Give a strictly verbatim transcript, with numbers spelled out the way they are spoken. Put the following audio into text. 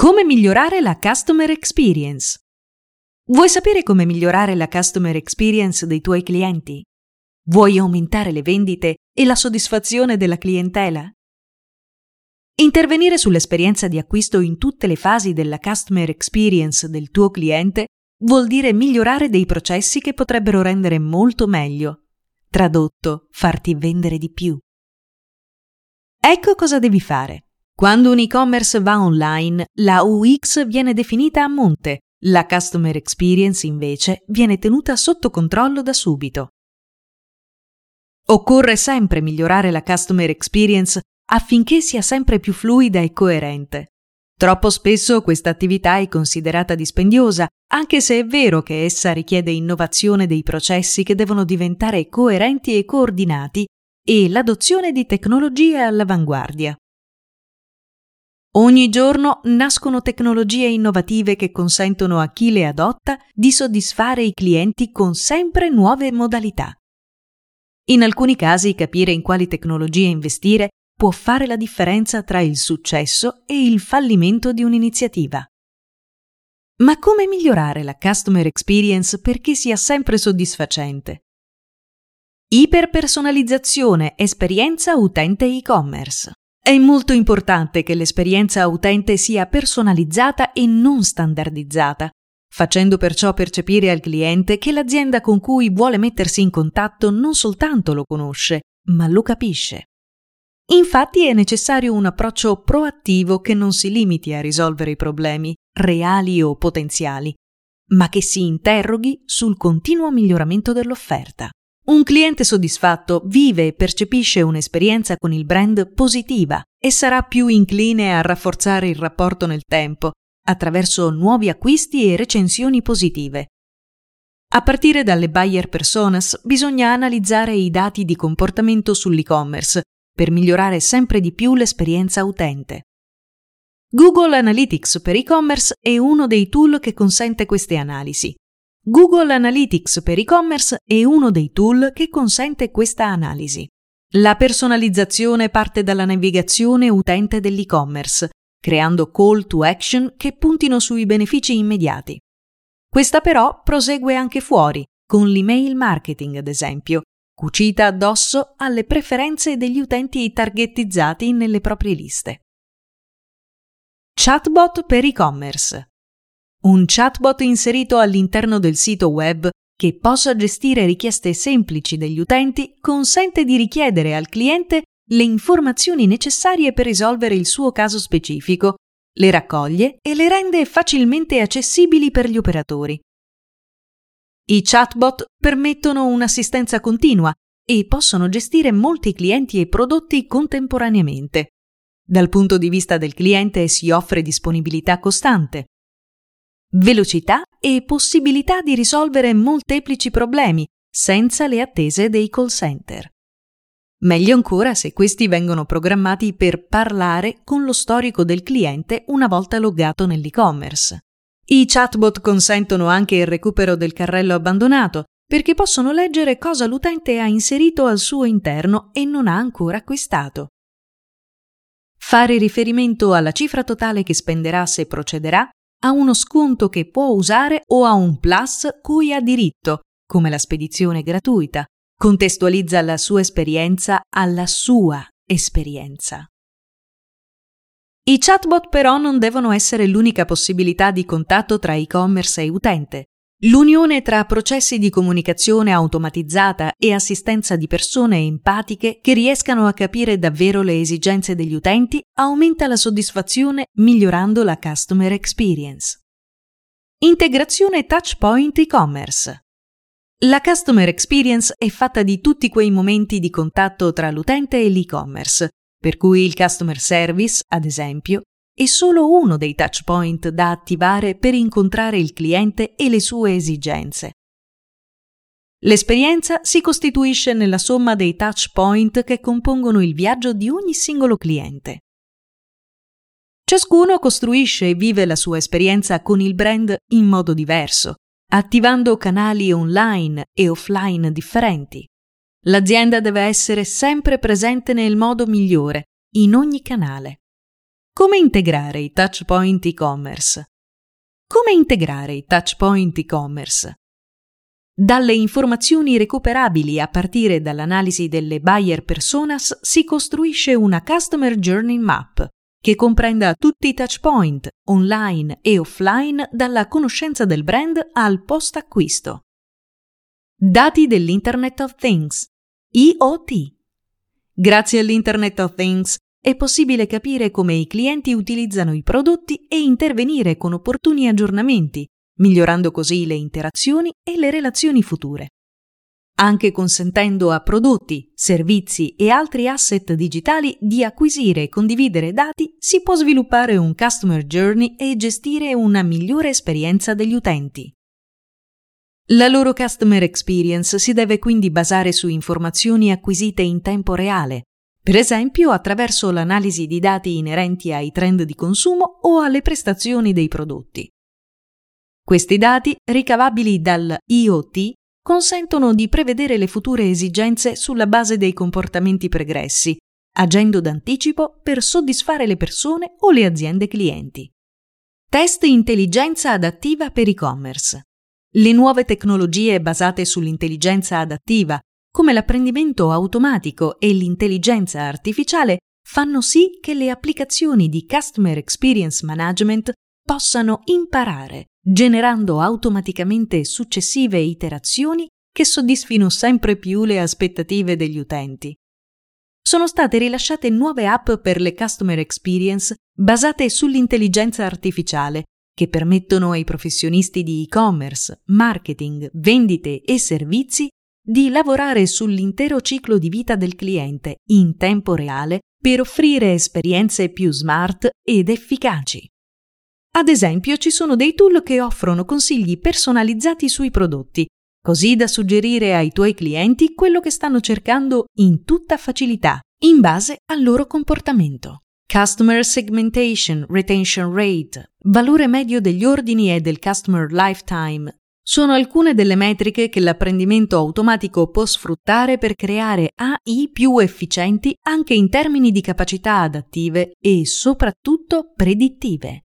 Come migliorare la customer experience? Vuoi sapere come migliorare la customer experience dei tuoi clienti? Vuoi aumentare le vendite e la soddisfazione della clientela? Intervenire sull'esperienza di acquisto in tutte le fasi della customer experience del tuo cliente vuol dire migliorare dei processi che potrebbero rendere molto meglio. Tradotto, farti vendere di più. Ecco cosa devi fare. Quando un e-commerce va online, la U X viene definita a monte, la customer experience invece viene tenuta sotto controllo da subito. Occorre sempre migliorare la customer experience affinché sia sempre più fluida e coerente. Troppo spesso questa attività è considerata dispendiosa, anche se è vero che essa richiede innovazione dei processi che devono diventare coerenti e coordinati e l'adozione di tecnologie all'avanguardia. Ogni giorno nascono tecnologie innovative che consentono a chi le adotta di soddisfare i clienti con sempre nuove modalità. In alcuni casi capire in quali tecnologie investire può fare la differenza tra il successo e il fallimento di un'iniziativa. Ma come migliorare la customer experience perché sia sempre soddisfacente? Iperpersonalizzazione, esperienza utente e-commerce. È molto importante che l'esperienza utente sia personalizzata e non standardizzata, facendo perciò percepire al cliente che l'azienda con cui vuole mettersi in contatto non soltanto lo conosce, ma lo capisce. Infatti è necessario un approccio proattivo che non si limiti a risolvere i problemi, reali o potenziali, ma che si interroghi sul continuo miglioramento dell'offerta. Un cliente soddisfatto vive e percepisce un'esperienza con il brand positiva e sarà più incline a rafforzare il rapporto nel tempo, attraverso nuovi acquisti e recensioni positive. A partire dalle buyer personas bisogna analizzare i dati di comportamento sull'e-commerce per migliorare sempre di più l'esperienza utente. Google Analytics per e-commerce è uno dei tool che consente queste analisi. Google Analytics per e-commerce è uno dei tool che consente questa analisi. La personalizzazione parte dalla navigazione utente dell'e-commerce, creando call to action che puntino sui benefici immediati. Questa però prosegue anche fuori, con l'email marketing ad esempio, cucita addosso alle preferenze degli utenti targetizzati nelle proprie liste. Chatbot per e-commerce. Un chatbot inserito all'interno del sito web che possa gestire richieste semplici degli utenti consente di richiedere al cliente le informazioni necessarie per risolvere il suo caso specifico, le raccoglie e le rende facilmente accessibili per gli operatori. I chatbot permettono un'assistenza continua e possono gestire molti clienti e prodotti contemporaneamente. Dal punto di vista del cliente si offre disponibilità costante, velocità e possibilità di risolvere molteplici problemi senza le attese dei call center. Meglio ancora se questi vengono programmati per parlare con lo storico del cliente una volta loggato nell'e-commerce. I chatbot consentono anche il recupero del carrello abbandonato, perché possono leggere cosa l'utente ha inserito al suo interno e non ha ancora acquistato. Fare riferimento alla cifra totale che spenderà se procederà, a uno sconto che può usare o a un plus cui ha diritto, come la spedizione gratuita, contestualizza la sua esperienza alla sua esperienza. I chatbot però non devono essere l'unica possibilità di contatto tra e-commerce e utente. L'unione tra processi di comunicazione automatizzata e assistenza di persone empatiche che riescano a capire davvero le esigenze degli utenti aumenta la soddisfazione migliorando la customer experience. Integrazione touchpoint e-commerce. La customer experience è fatta di tutti quei momenti di contatto tra l'utente e l'e-commerce, per cui il customer service, ad esempio, è solo uno dei touchpoint da attivare per incontrare il cliente e le sue esigenze. L'esperienza si costituisce nella somma dei touchpoint che compongono il viaggio di ogni singolo cliente. Ciascuno costruisce e vive la sua esperienza con il brand in modo diverso, attivando canali online e offline differenti. L'azienda deve essere sempre presente nel modo migliore, in ogni canale. Come integrare i touchpoint e-commerce? Come integrare i touchpoint e-commerce? Dalle informazioni recuperabili a partire dall'analisi delle buyer personas si costruisce una Customer Journey Map che comprenda tutti i touchpoint, online e offline, dalla conoscenza del brand al post-acquisto. Dati dell'Internet of Things, I O T. Grazie all'Internet of Things è possibile capire come i clienti utilizzano i prodotti e intervenire con opportuni aggiornamenti, migliorando così le interazioni e le relazioni future. Anche consentendo a prodotti, servizi e altri asset digitali di acquisire e condividere dati, si può sviluppare un customer journey e gestire una migliore esperienza degli utenti. La loro customer experience si deve quindi basare su informazioni acquisite in tempo reale, per esempio attraverso l'analisi di dati inerenti ai trend di consumo o alle prestazioni dei prodotti. Questi dati, ricavabili dal I O T, consentono di prevedere le future esigenze sulla base dei comportamenti pregressi, agendo d'anticipo per soddisfare le persone o le aziende clienti. Test intelligenza adattiva per e-commerce. Le nuove tecnologie basate sull'intelligenza adattiva, come l'apprendimento automatico e l'intelligenza artificiale, fanno sì che le applicazioni di Customer Experience Management possano imparare, generando automaticamente successive iterazioni che soddisfino sempre più le aspettative degli utenti. Sono state rilasciate nuove app per le Customer Experience basate sull'intelligenza artificiale, che permettono ai professionisti di e-commerce, marketing, vendite e servizi di lavorare sull'intero ciclo di vita del cliente in tempo reale per offrire esperienze più smart ed efficaci. Ad esempio, ci sono dei tool che offrono consigli personalizzati sui prodotti, così da suggerire ai tuoi clienti quello che stanno cercando in tutta facilità, in base al loro comportamento. Customer Segmentation, Retention Rate, valore medio degli ordini e del Customer Lifetime sono alcune delle metriche che l'apprendimento automatico può sfruttare per creare A I più efficienti anche in termini di capacità adattive e soprattutto predittive.